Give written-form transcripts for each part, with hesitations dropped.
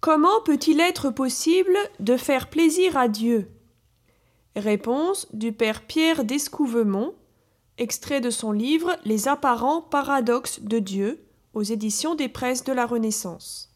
Comment peut-il être possible de faire plaisir à Dieu? Réponse du père Pierre d'Escouvemont, extrait de son livre Les apparents paradoxes de Dieu, aux éditions des Presses de la Renaissance.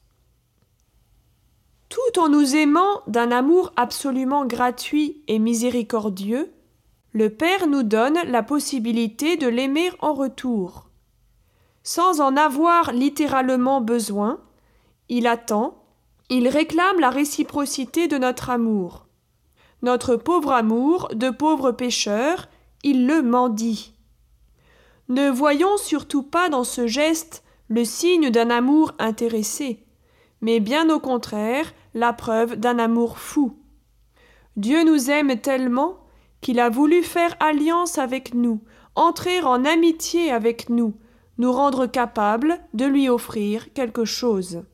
Tout en nous aimant d'un amour absolument gratuit et miséricordieux, le Père nous donne la possibilité de l'aimer en retour. Sans en avoir littéralement besoin, il attend, il réclame la réciprocité de notre amour. Notre pauvre amour de pauvre pécheur, il le mendie. Ne voyons surtout pas dans ce geste le signe d'un amour intéressé, mais bien au contraire la preuve d'un amour fou. Dieu nous aime tellement qu'il a voulu faire alliance avec nous, entrer en amitié avec nous, nous rendre capables de lui offrir quelque chose.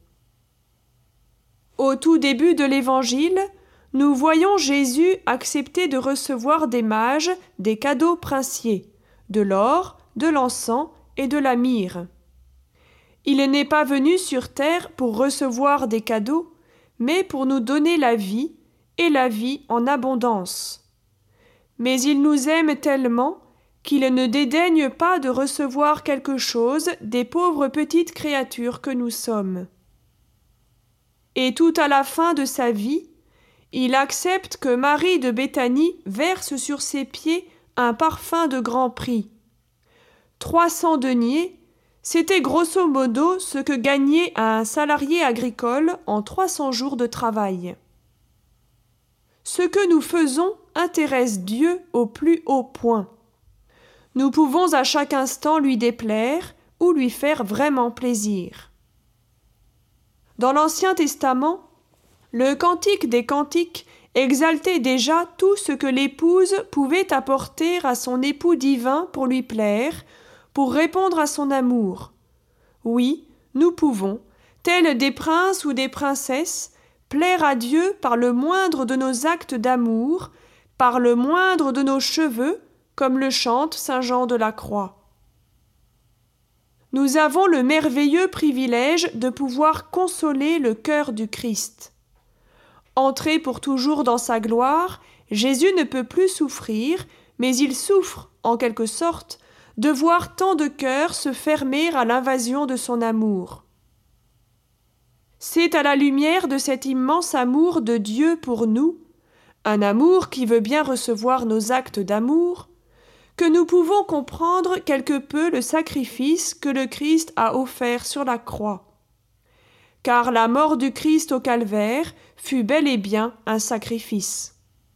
Au tout début de l'Évangile, nous voyons Jésus accepter de recevoir des mages des cadeaux princiers, de l'or, de l'encens et de la myrrhe. Il n'est pas venu sur terre pour recevoir des cadeaux, mais pour nous donner la vie, et la vie en abondance. Mais il nous aime tellement qu'il ne dédaigne pas de recevoir quelque chose des pauvres petites créatures que nous sommes. Et tout à la fin de sa vie, il accepte que Marie de Béthanie verse sur ses pieds un parfum de grand prix. 300 deniers, c'était grosso modo ce que gagnait un salarié agricole en 300 jours de travail. Ce que nous faisons intéresse Dieu au plus haut point. Nous pouvons à chaque instant lui déplaire ou lui faire vraiment plaisir. Dans l'Ancien Testament, le Cantique des Cantiques exaltait déjà tout ce que l'épouse pouvait apporter à son époux divin pour lui plaire, pour répondre à son amour. Oui, nous pouvons, tels des princes ou des princesses, plaire à Dieu par le moindre de nos actes d'amour, par le moindre de nos cheveux, comme le chante saint Jean de la Croix. Nous avons le merveilleux privilège de pouvoir consoler le cœur du Christ. Entré pour toujours dans sa gloire, Jésus ne peut plus souffrir, mais il souffre, en quelque sorte, de voir tant de cœurs se fermer à l'invasion de son amour. C'est à la lumière de cet immense amour de Dieu pour nous, un amour qui veut bien recevoir nos actes d'amour, que nous pouvons comprendre quelque peu le sacrifice que le Christ a offert sur la croix. Car la mort du Christ au calvaire fut bel et bien un sacrifice.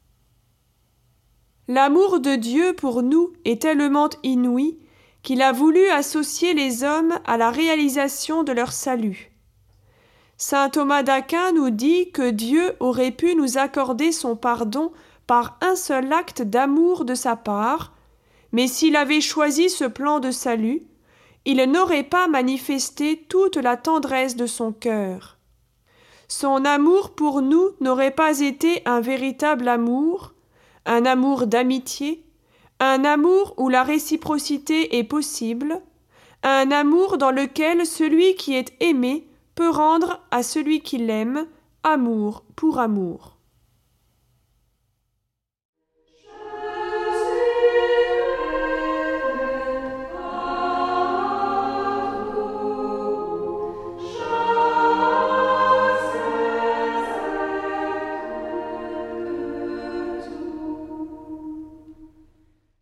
L'amour de Dieu pour nous est tellement inouï qu'il a voulu associer les hommes à la réalisation de leur salut. Saint Thomas d'Aquin nous dit que Dieu aurait pu nous accorder son pardon par un seul acte d'amour de sa part, mais s'il avait choisi ce plan de salut, il n'aurait pas manifesté toute la tendresse de son cœur. Son amour pour nous n'aurait pas été un véritable amour, un amour d'amitié, un amour où la réciprocité est possible, un amour dans lequel celui qui est aimé peut rendre à celui qui l'aime amour pour amour.